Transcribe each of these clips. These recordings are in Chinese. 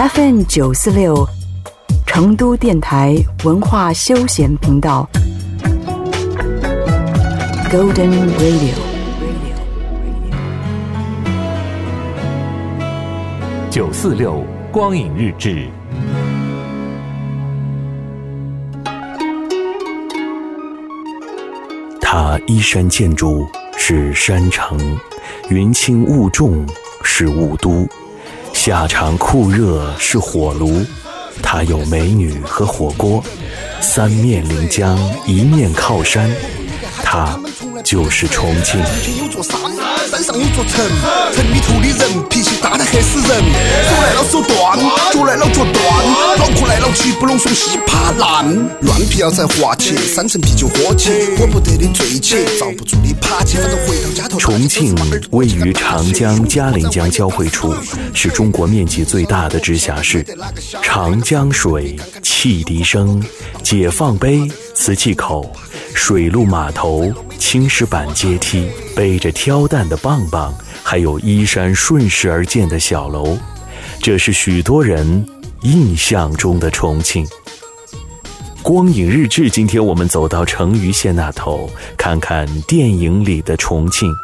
FM946成都电台文化休闲频道 Golden Radio 946光影日志。 它依山建筑是山城，云轻雾重是雾都，夏长酷热是火炉。它有美女和火锅，三面临江，一面靠山。它就是重庆。 山上有座城，城里头的人脾气大得吓死人，手来了手断，脚来了脚断，脑壳来了气不拢松稀怕烂。乱皮要才滑起，3层啤酒喝起，喝不得的醉起，遭不住的爬起，反正回到家头。 重庆位于长江嘉陵江交汇处，是中国面积最大的直辖市。长江水，汽笛声，解放碑，瓷器口，水陆码头，青石板阶梯，背着挑担的棒棒，还有依山顺势而建的小楼，这是许多人印象中的重庆。光影日志，今天我们走到成渝县那头，看看电影里的重庆。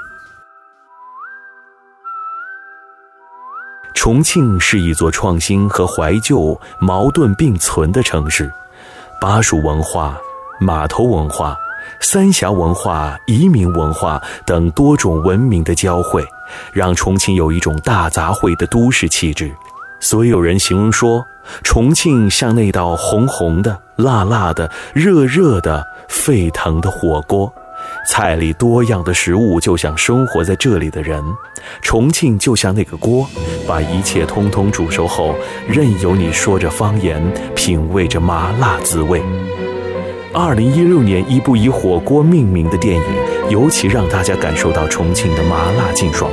重庆是一座创新和怀旧矛盾并存的城市，巴蜀文化、码头文化、三峡文化、移民文化等多种文明的交汇，让重庆有一种大杂烩的都市气质。所以有人形容说，重庆像那道红红的、辣辣的、热热的、沸腾的火锅，菜里多样的食物就像生活在这里的人，重庆就像那个锅，把一切通通煮熟后，任由你说着方言，品味着麻辣滋味。2016年一部以火锅命名的电影，尤其让大家感受到重庆的麻辣劲爽。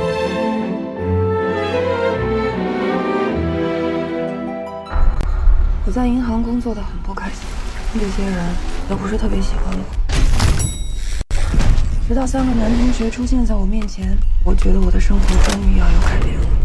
我在银行工作得很不开心，这些人都不是特别喜欢我。直到3个男同学出现在我面前，我觉得我的生活终于要有改变了。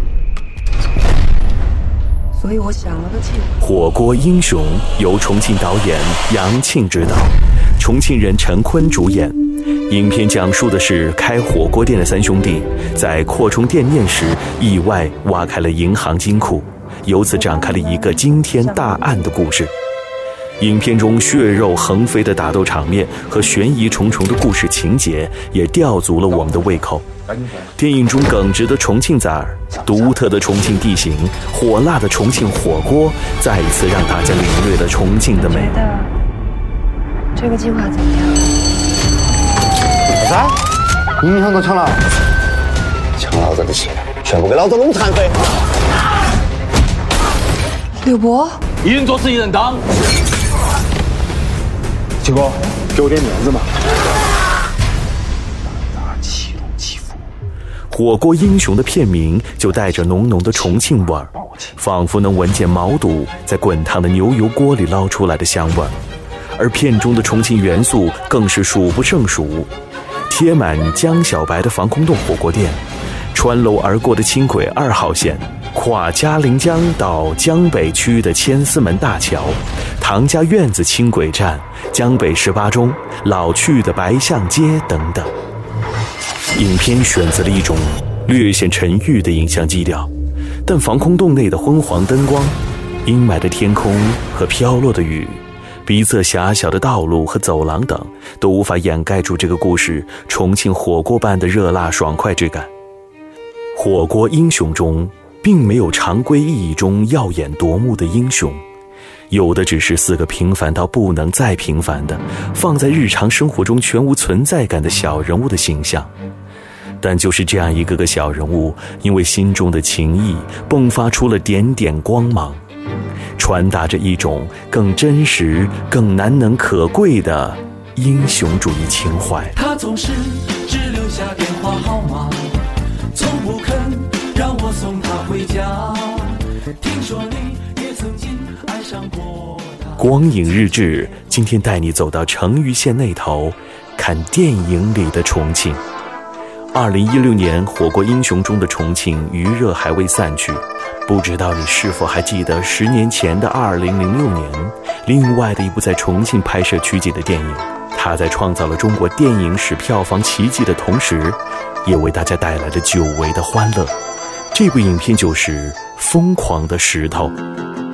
所以我想了个计划。 火锅英雄由重庆导演杨庆执导，重庆人陈坤主演。影片讲述的是开火锅店的3兄弟在扩充店面时意外挖开了银行金库，由此展开了一个惊天大案的故事。影片中血肉横飞的打斗场面和悬疑重重的故事情节也吊足了我们的胃口。电影中耿直的重庆崽儿、独特的重庆地形、火辣的重庆火锅，再一次让大家领略了重庆的美。 觉得这个计划怎么样？ 啥？银行都抢了？抢老子的钱，全部给老子弄残废！ 柳博， 一人做事一人当。 七哥，给我点面子嘛！ 起龙起伏。 火锅英雄的片名就带着浓浓的重庆味儿，仿佛能闻见毛肚在滚烫的牛油锅里捞出来的香味儿。而片中的重庆元素更是数不胜数，贴满江小白的防空洞火锅店，穿楼而过的轻轨2号线，跨嘉陵江到江北区的千厮门大桥，唐家院子轻轨站，江北18中，老去的白象街等等。影片选择了一种略显沉郁的影像基调，但防空洞内的昏黄灯光、阴霾的天空和飘落的雨，鼻侧狭小的道路和走廊等，都无法掩盖住这个故事重庆火锅般的热辣爽快之感。火锅英雄中并没有常规意义中耀眼夺目的英雄，有的只是4个平凡到不能再平凡的，放在日常生活中全无存在感的小人物的形象。但就是这样一个个小人物，因为心中的情谊，迸发出了点点光芒，传达着一种更真实、更难能可贵的英雄主义情怀。 他总是只留下电话号码，从不肯让我送他回家。听说你也曾经爱上过他。 光影日志今天带你走到成渝县那头，看电影里的重庆。 2016年火锅英雄中的重庆余热还未散去，不知道你是否还记得10年前的2006年，另外的一部在重庆拍摄取景的电影，它在创造了中国电影史票房奇迹的同时，也为大家带来了久违的欢乐。这部影片就是《疯狂的石头》。《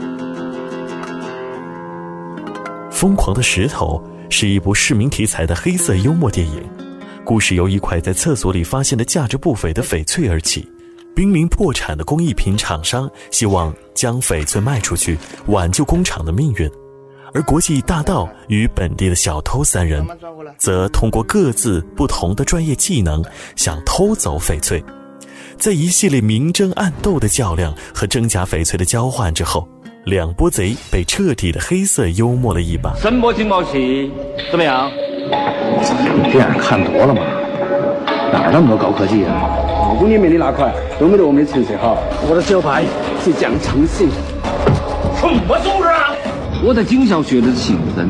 疯狂的石头》是一部市民题材的黑色幽默电影，故事由一块在厕所里发现的价值不菲的翡翠而起。濒临破产的工艺品厂商希望将翡翠卖出去，挽救工厂的命运，而国际大盗与本地的小偷3人则通过各自不同的专业技能想偷走翡翠。在一系列明争暗斗的较量和真假翡翠的交换之后，两拨贼被彻底的黑色幽默了一把。 什么警报器？怎么样？ 电影看多了嘛，哪儿那么多高科技啊？5公里内的那块都没得我们的成色好。我的小白是这样诚信。 什么组织啊？ 我在警校学的是刑侦。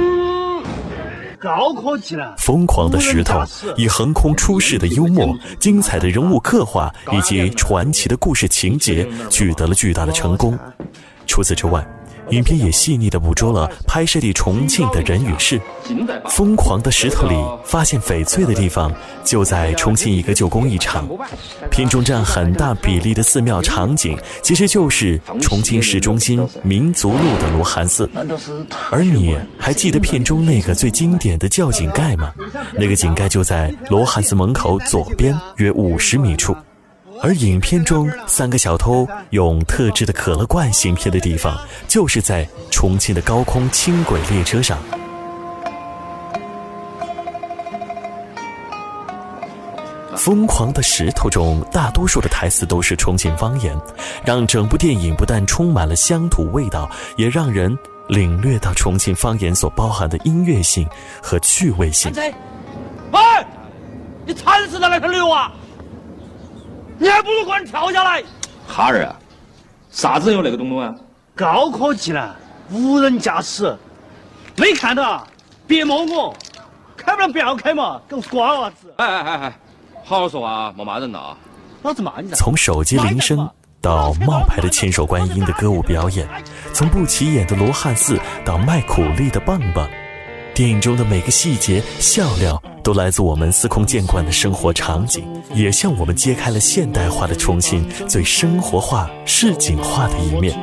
高科技了！ 疯狂的石头以横空出世的幽默、精彩的人物刻画以及传奇的故事情节取得了巨大的成功。除此之外，影片也细腻地捕捉了拍摄地重庆的人与事。疯狂的石头里发现翡翠的地方就在重庆一个旧工艺厂，片中占很大比例的寺庙场景其实就是重庆市中心民族路的罗汉寺。而你还记得片中那个最经典的窖井盖吗？那个井盖就在罗汉寺门口左边约50米处。而影片中3个小偷用特制的可乐罐行骗的地方，就是在重庆的高空轻轨列车上。疯狂的石头中大多数的台词都是重庆方言，让整部电影不但充满了乡土味道，也让人领略到重庆方言所包含的音乐性和趣味性。 喂，你惨死在那头溜啊！你还不如快点跳下来！ 哈儿啊，啥子有那个东东啊？ 高科技了，无人驾驶，没看到？别摸我，开不了不要开嘛，给我瓜娃子！ 哎，好好说话，莫骂人了。 老子骂你！ 从手机铃声到冒牌的千手观音的歌舞表演，从不起眼的罗汉寺到卖苦力的棒棒，电影中的每个细节笑料都来自我们司空见惯的生活场景，也向我们揭开了现代化的重庆最生活化、市井化的一面。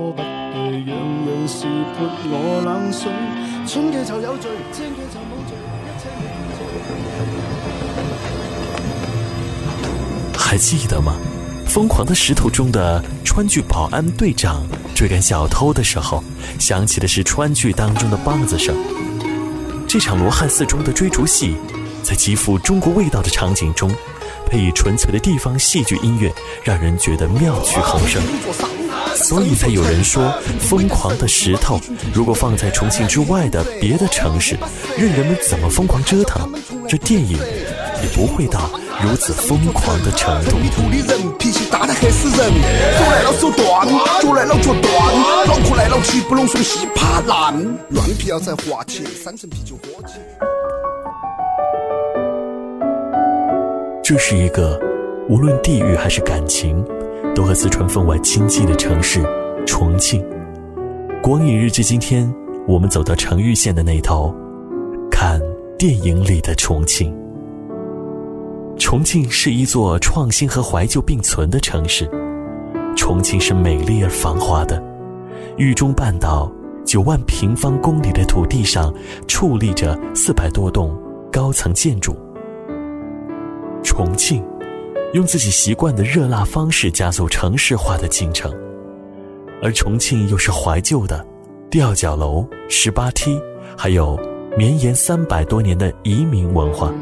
还记得吗？疯狂的石头中的川剧保安队长追赶小偷的时候，响起的是川剧当中的梆子声。这场罗汉寺中的追逐戏，在极富中国味道的场景中，配以纯粹的地方戏剧音乐，让人觉得妙趣横生。所以才有人说，疯狂的石头如果放在重庆之外的别的城市，任人们怎么疯狂折腾，这电影也不会到如此疯狂的程度。 土里人脾气大得吓死人，手来了手断，脚来了脚断，脑壳来了气不拢松稀怕烂，乱皮要再滑起，3层啤酒喝起。 这是一个无论地域还是感情都和四川分外亲近的城市——重庆。光影日志，今天我们走到成渝县的那头，看电影里的重庆。重庆是一座创新和怀旧并存的城市。重庆是美丽而繁华的，渝中半岛9万平方公里的土地上矗立着400多栋高层建筑。重庆用自己习惯的热辣方式加速城市化的进程，而重庆又是怀旧的吊脚楼、18梯，还有绵延300多年的移民文化。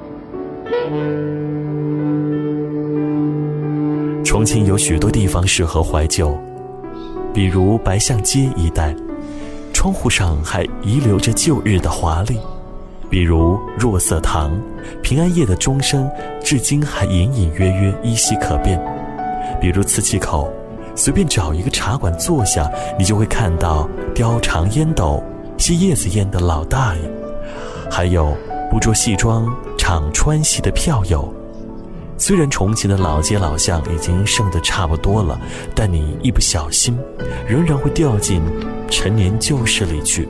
重庆有许多地方适合怀旧，比如白象街一带，窗户上还遗留着旧日的华丽，比如若瑟堂，平安夜的钟声至今还隐隐约约依稀可辨，比如磁器口，随便找一个茶馆坐下，你就会看到叼长烟斗、吸叶子烟的老大爷，还有不着戏装唱川戏的票友， 虽然重庆的老街老巷已经剩得差不多了，但你一不小心仍然会掉进陈年旧事里去。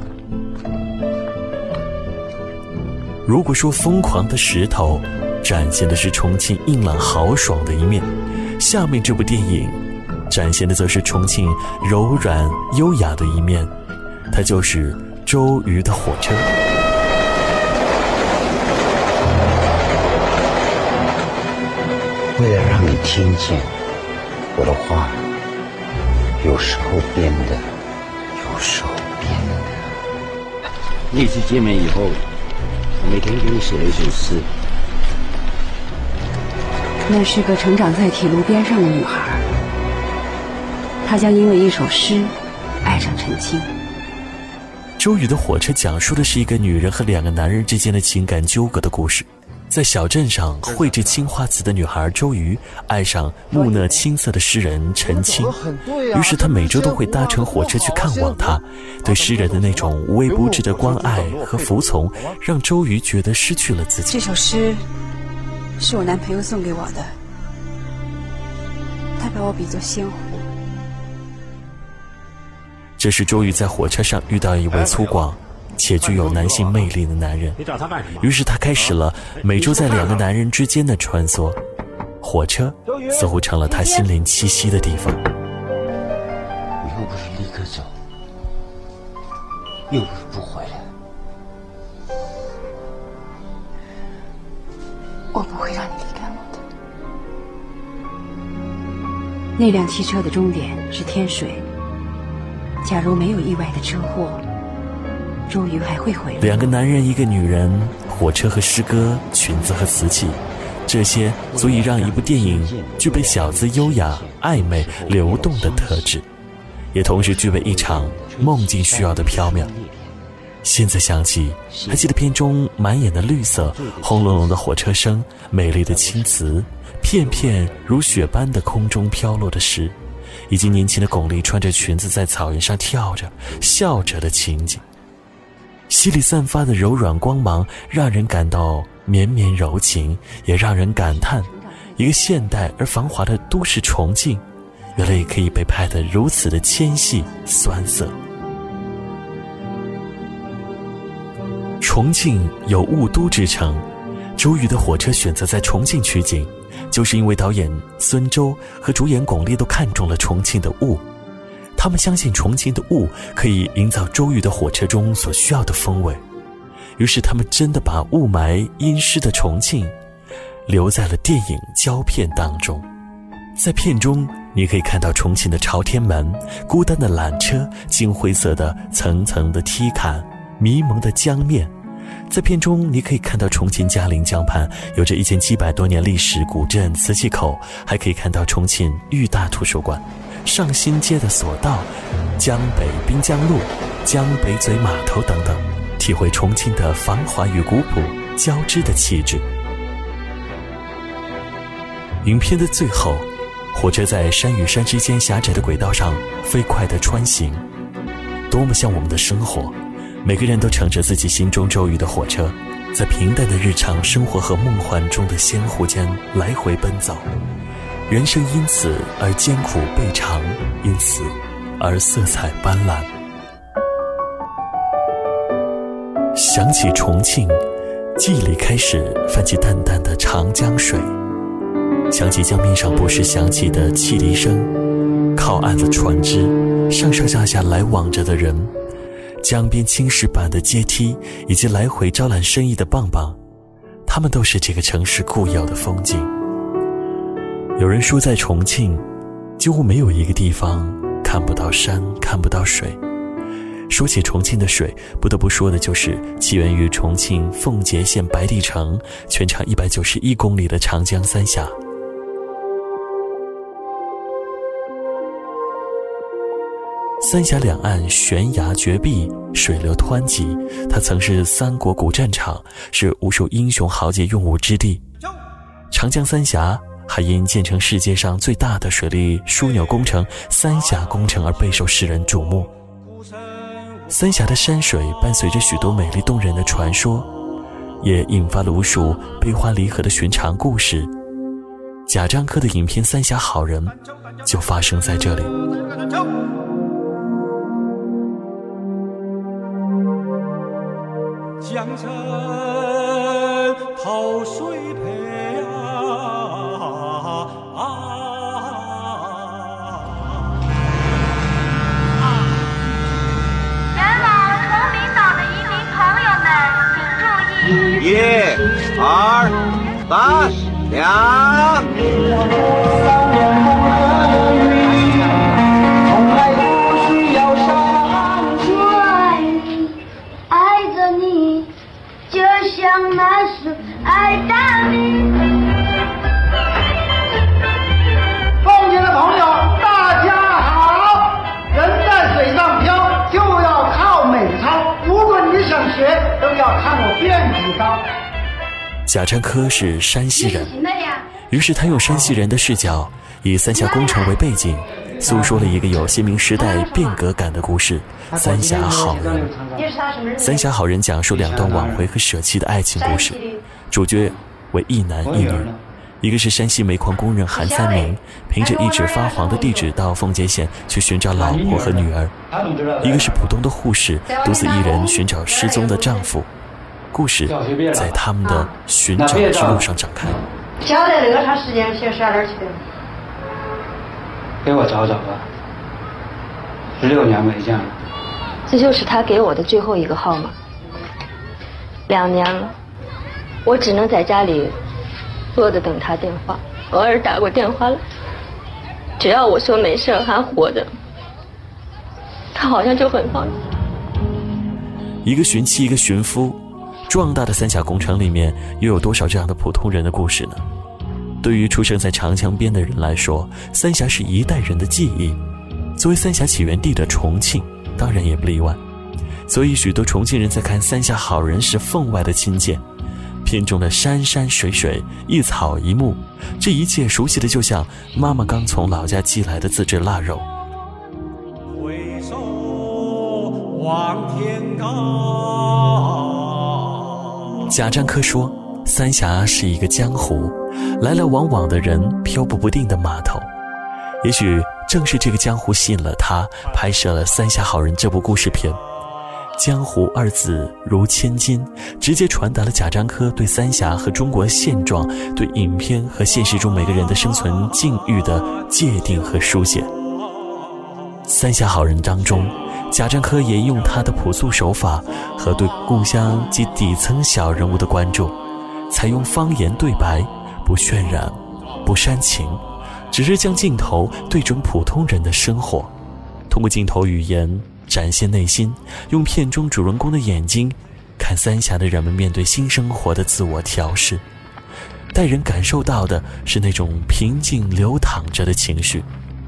如果说疯狂的石头展现的是重庆硬朗豪爽的一面，下面这部电影展现的则是重庆柔软优雅的一面，它就是周瑜的火车。 为了让你听见我的话，有时候变的，有时候变的。那次见面以后，我每天给你写了一首诗。 那是个成长在铁路边上的女孩，她将因为一首诗爱上陈清。 周瑜的火车讲述的是一个女人和2个男人之间的情感纠葛的故事。在小镇上绘制青花瓷的女孩周瑜爱上木讷青涩的诗人陈清，于是她每周都会搭乘火车去看望他。对诗人的那种无微不至的关爱和服从，让周瑜觉得失去了自己。 这首诗是我男朋友送给我的，他把我比作鲜活。 这是周瑜在火车上遇到一位粗犷且具有男性魅力的男人，于是他开始了每周在2个男人之间的穿梭。火车似乎成了他心灵栖息的地方。 你又不是立刻走，又不是不回来。 我不会让你离开我的。那辆汽车的终点是天水，假如没有意外的车祸，周瑜还会回来。 2个男人1个女人，火车和诗歌，裙子和瓷器，这些足以让一部电影具备小资优雅、暧昧、流动的特质，也同时具备一场梦境需要的飘渺。现在想起，还记得片中满眼的绿色，轰隆隆的火车声，美丽的青瓷，片片如雪般的空中飘落的诗，以及年轻的巩俐穿着裙子在草原上跳着笑着的情景。戏里散发的柔软光芒让人感到绵绵柔情，也让人感叹一个现代而繁华的都市重庆，原来也可以被拍得如此的纤细酸涩。重庆有雾都之称，周瑜的火车选择在重庆取景，就是因为导演孙周和主演巩俐都看中了重庆的雾。他们相信重庆的雾可以营造周瑜的火车中所需要的风味，于是他们真的把雾霾阴湿的重庆留在了电影胶片当中。在片中你可以看到重庆的朝天门、孤单的缆车、金灰色的层层的梯坎、迷蒙的江面。在片中你可以看到重庆嘉陵江畔有着1700多年历史古镇磁器口，还可以看到重庆豫大图书馆、上新街的索道、江北滨江路、江北嘴码头等等，体会重庆的繁华与古朴交织的气质。影片的最后，火车在山与山之间狭窄的轨道上飞快地穿行，多么像我们的生活。每个人都乘着自己心中周瑜的火车，在平淡的日常生活和梦幻中的仙湖间来回奔走。人生因此而艰苦倍长，因此而色彩斑斓。想起重庆，记忆里开始泛起淡淡的长江水，想起江面上不时响起的汽笛声，靠岸的船只，上上下下来往着的人，江边青石板的阶梯，以及来回招揽生意的棒棒，他们都是这个城市固有的风景。有人说在重庆几乎没有一个地方看不到山看不到水。说起重庆的水，不得不说的就是起源于重庆奉节县白帝城，全长191公里的长江三峡。三峡两岸悬崖绝壁，水流湍急，它曾是三国古战场，是无数英雄豪杰用武之地。长江三峡还因建成世界上最大的水利枢纽工程三峡工程而备受世人瞩目。三峡的山水伴随着许多美丽动人的传说，也引发了无数悲欢离合的寻常故事， 贾樟柯的影片《三峡好人》就发生在这里。 江城头水配前往崇明岛的移民朋友们请注意 1、2、3、2。 像那是爱大你。 奉节的朋友大家好，人在水上漂就要靠美操，如果你想学都要看我辫子高。 贾樟柯是山西人，于是他用山西人的视角，以三峡工程为背景，诉说了一个有鲜明时代变革感的故事《三峡好人》。《三峡好人》讲述2段挽回和舍弃的爱情故事，主角为一男一女，一个是山西煤矿工人韩三明，凭着一纸发黄的地址到奉节县去寻找老婆和女儿；一个是浦东的护士，独自一人寻找失踪的丈夫。故事在他们的寻找之路上展开。 交代了多长时间去上哪儿去？ 给我找找吧，16年没见了。 这就是他给我的最后一个号码。2年了，我只能在家里坐着等他电话，偶尔打过电话来，只要我说没事还活着，他好像就很放心。 一个寻妻，一个寻夫，壮大的三峡工程里面又有多少这样的普通人的故事呢？对于出生在长江边的人来说，三峡是一代人的记忆。作为三峡起源地的重庆当然也不例外，所以许多重庆人在看《三峡好人》时分外的亲切。片中的山山水水，一草一木，这一切熟悉的就像妈妈刚从老家寄来的自制腊肉。 回首望天高。 贾樟柯说，三峡是一个江湖，来来往往的人，漂泊不定的码头。也许正是这个江湖吸引了他，拍摄了《三峡好人》这部故事片。江湖2字如千金，直接传达了贾樟柯对三峡和中国现状，对影片和现实中每个人的生存境遇的界定和书写。《三峡好人》当中，贾樟柯也用他的朴素手法和对故乡及底层小人物的关注，采用方言对白，不渲染，不煽情，只是将镜头对准普通人的生活，通过镜头语言展现内心，用片中主人公的眼睛看三峡的人们面对新生活的自我调试，带人感受到的是那种平静流淌着的情绪。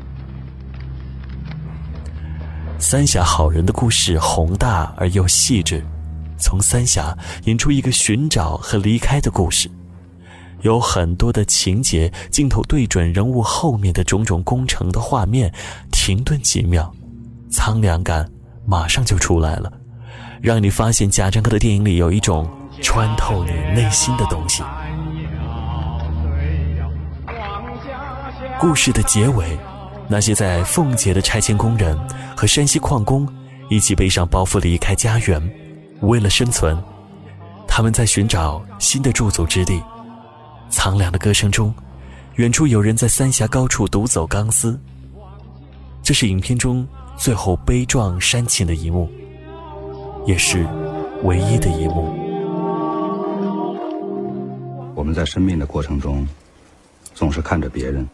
三峡好人的故事宏大而又细致，从三峡引出一个寻找和离开的故事，有很多的情节，镜头对准人物后面的种种工程的画面，停顿几秒，苍凉感马上就出来了，让你发现贾樟柯的电影里有一种穿透你内心的东西。故事的结尾，那些在奉节的拆迁工人和山西矿工一起背上包袱离开家园，为了生存，他们在寻找新的驻足之地。苍凉的歌声中，远处有人在三峡高处独走钢丝，这是影片中最后悲壮煽情的一幕，也是唯一的一幕。 我们在生命的过程中总是看着别人，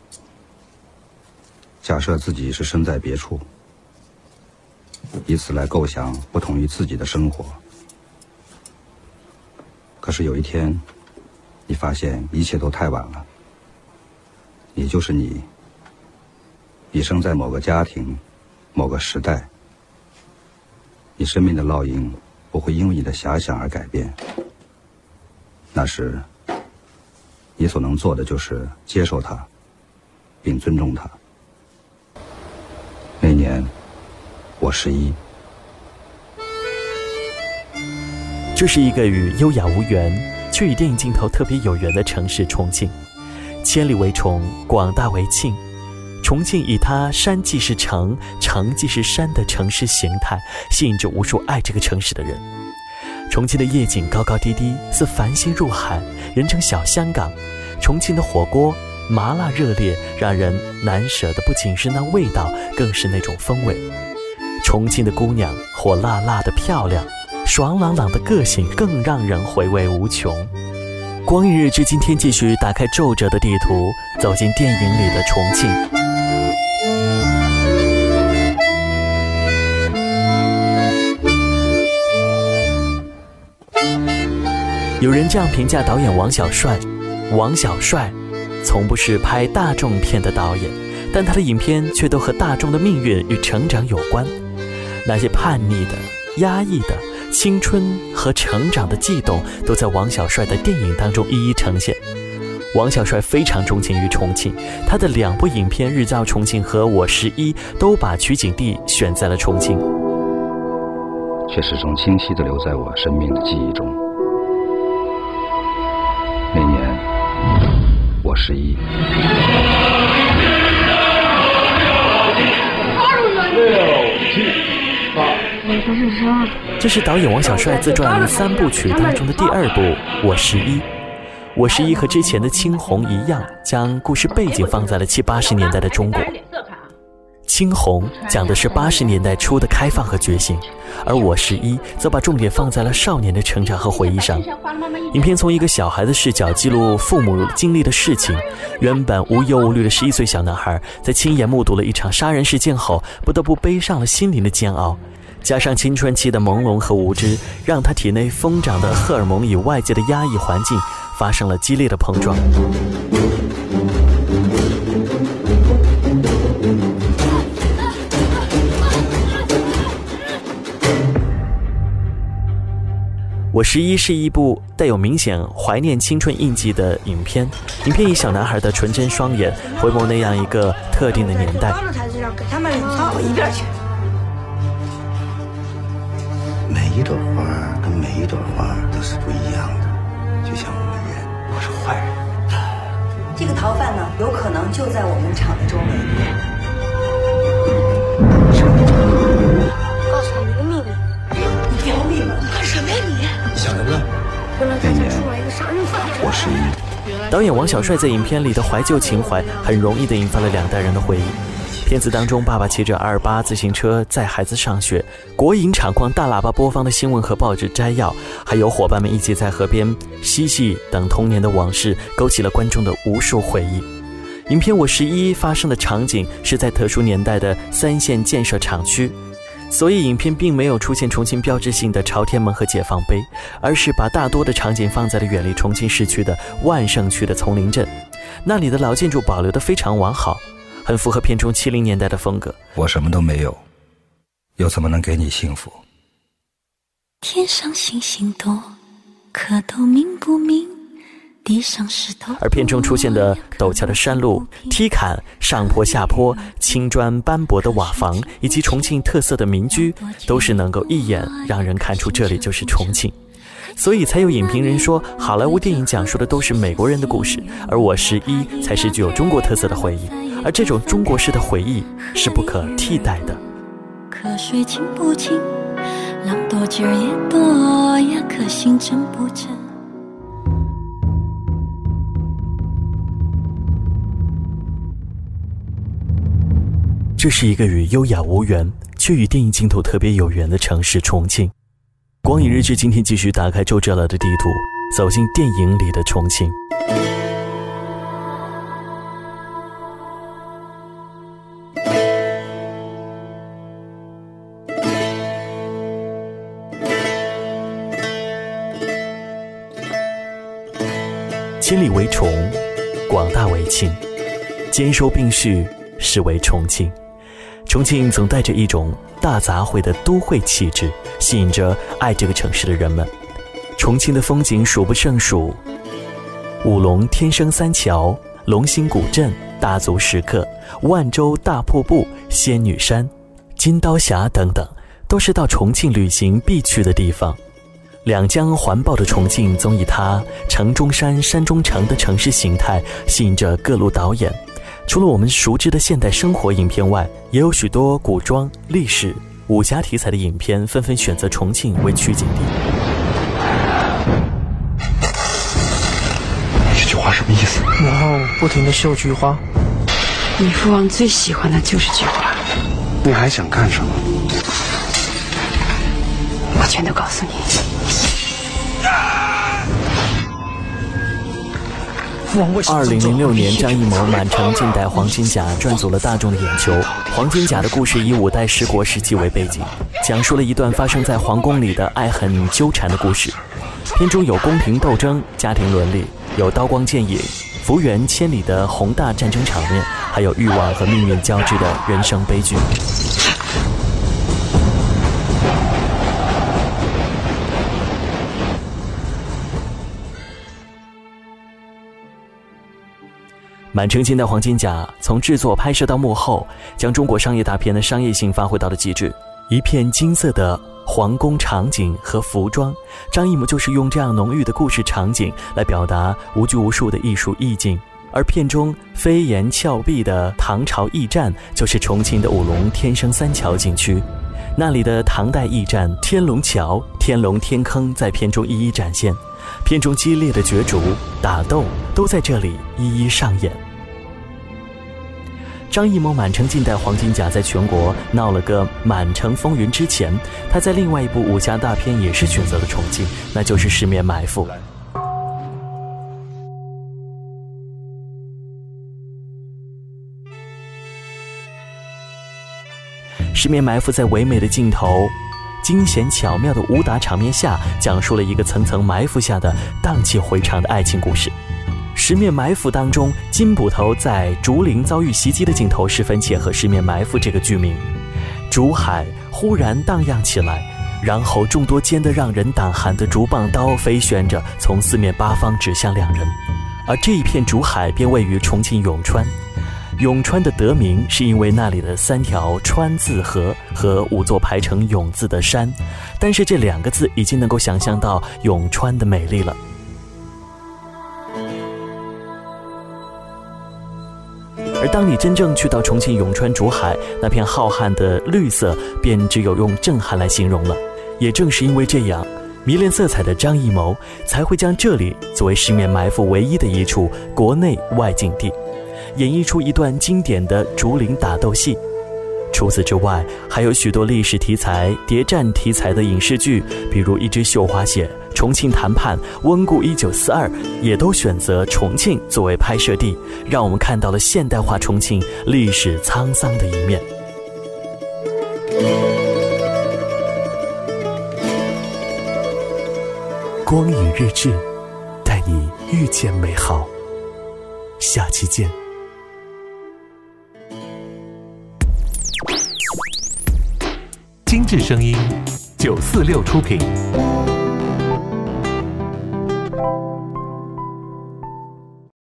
假设自己是身在别处，以此来构想不同于自己的生活。可是有一天，你发现一切都太晚了。你就是你，你生在某个家庭，某个时代，你生命的烙印不会因为你的遐想而改变。那时，你所能做的就是接受它，并尊重它。那年，我11。 这是一个与优雅无缘，却与电影镜头特别有缘的城市——重庆。 千里为重，广大为庆。重庆以它山既是城，城既是山的城市形态，吸引着无数爱这个城市的人。重庆的夜景高高低低，似繁星入海，人称小香港。重庆的火锅麻辣热烈，让人难舍的不仅是那味道，更是那种氛围。重庆的姑娘火辣辣的漂亮，爽朗朗的个性更让人回味无穷。光影日志今天继续打开皱褶的地图，走进电影里的重庆。有人这样评价导演王小帅，王小帅从不是拍大众片的导演，但他的影片却都和大众的命运与成长有关。那些叛逆的、压抑的、青春和成长的悸动，都在王小帅的电影当中一一呈现。王小帅非常钟情于重庆，他的2部影片《日照重庆》和《我11》都把取景地选在了重庆， 却始终清晰地留在我生命的记忆中。那年我11， 这是导演王小帅自传3部曲当中的第2部《我11》。我11和之前的青红一样，将故事背景放在了70、80年代的中国。青红讲的是80年代初的开放和觉醒，而我11则把重点放在了少年的成长和回忆上。影片从一个小孩的视角记录父母经历的事情。原本无忧无虑的11岁小男孩，在亲眼目睹了一场杀人事件后，不得不背上了心灵的煎熬，加上青春期的朦胧和无知，让他体内疯长的荷尔蒙与外界的压抑环境发生了激烈的碰撞。我11是一部带有明显怀念青春印记的影片。影片以小男孩的纯真双眼回眸那样一个特定的年代。 给他们操一边去！ 每一朵花跟每一朵花都是不一样的，就像我们人，我是坏人。 这个逃犯呢，有可能就在我们厂的周围。 告诉你一个秘密， 你别秘密， 干什么呀你？ 想什么呢？ 不能再出来一个杀人犯。 我11。 导演王小帅在影片里的怀旧情怀，很容易地引发了2代人的回忆。片子当中，爸爸骑着228自行车载孩子上学，国营厂矿大喇叭播放的新闻和报纸摘要，还有伙伴们一起在河边嬉戏等童年的往事，勾起了观众的无数回忆。影片《我11》发生的场景是在特殊年代的3线建设厂区，所以影片并没有出现重庆标志性的朝天门和解放碑，而是把大多的场景放在了远离重庆市区的万盛区的丛林镇，那里的老建筑保留得非常完好，很符合片中70年代的风格。 我什么都没有，又怎么能给你幸福？ 天上星星多，可都明不明？地上石头。 而片中出现的陡峭的山路、梯坎、上坡下坡、青砖斑驳的瓦房，以及重庆特色的民居，都是能够一眼让人看出这里就是重庆。所以才有影评人说，好莱坞电影讲述的都是美国人的故事，而我11才是具有中国特色的回忆，而这种中国式的回忆是不可替代的。 可水清不清，浪多劲儿也多呀，可心真不真？ 这是一个与优雅无缘，却与电影镜头特别有缘的城市——重庆。光影日志今天继续打开周哲了的地图，走进电影里的重庆。千里为重，广大为庆，兼收并蓄，是为重庆。重庆总带着一种大杂烩的都会气质，吸引着爱这个城市的人们。重庆的风景数不胜数，五龙天生三桥、龙兴古镇、大足石刻、万州大瀑布、仙女山、金刀峡等等，都是到重庆旅行必去的地方。 两江环抱的重庆，总以它城中山、山中城的城市形态吸引着各路导演。除了我们熟知的现代生活影片外，也有许多古装、历史、武侠题材的影片纷纷选择重庆为取景地。 这句话什么意思？ 然后不停地绣菊花。 你父王最喜欢的就是菊花。 你还想干什么？ 我全都告诉你。 2006年，张艺谋满城尽带黄金甲赚足了大众的眼球。黄金甲的故事以五代十国时期为背景，讲述了一段发生在皇宫里的爱恨纠缠的故事。片中有宫廷斗争、家庭伦理，有刀光剑影、幅员千里的宏大战争场面，还有欲望和命运交织的人生悲剧。满城尽带黄金甲从制作拍摄到幕后，将中国商业大片的商业性发挥到了极致。一片金色的皇宫场景和服装，张艺谋就是用这样浓郁的故事场景来表达无拘无束的艺术意境。而片中飞檐峭壁的唐朝驿站，就是重庆的五龙天生三桥景区。那里的唐代驿站天龙桥、天龙天坑在片中一一展现，片中激烈的角逐、打斗都在这里一一上演。张艺谋满城尽带黄金甲在全国闹了个满城风云之前，他在另外一部武侠大片也是选择了重庆，那就是《十面埋伏》。《十面埋伏》在唯美的镜头、惊险巧妙的武打场面下，讲述了一个层层埋伏下的荡气回肠的爱情故事。十面埋伏当中，金捕头在竹林遭遇袭击的镜头十分切合十面埋伏这个剧名。竹海忽然荡漾起来，然后众多尖得让人胆寒的竹棒刀飞旋着，从四面八方指向两人。而这一片竹海便位于重庆永川。永川的得名是因为那里的3条川字河和5座排成永字的山，但是这2个字已经能够想象到永川的美丽了。而当你真正去到重庆永川竹海，那片浩瀚的绿色便只有用震撼来形容了。也正是因为这样，迷恋色彩的张艺谋才会将这里作为十面埋伏唯一的一处国内外景地，演绎出一段经典的竹林打斗戏。除此之外，还有许多历史题材、谍战题材的影视剧，比如《一枝绣花血》、《重庆谈判》、《温故1942》，也都选择重庆作为拍摄地，让我们看到了现代化重庆历史沧桑的一面。 光影日志，带你遇见美好。下期见。 精致声音，946出品。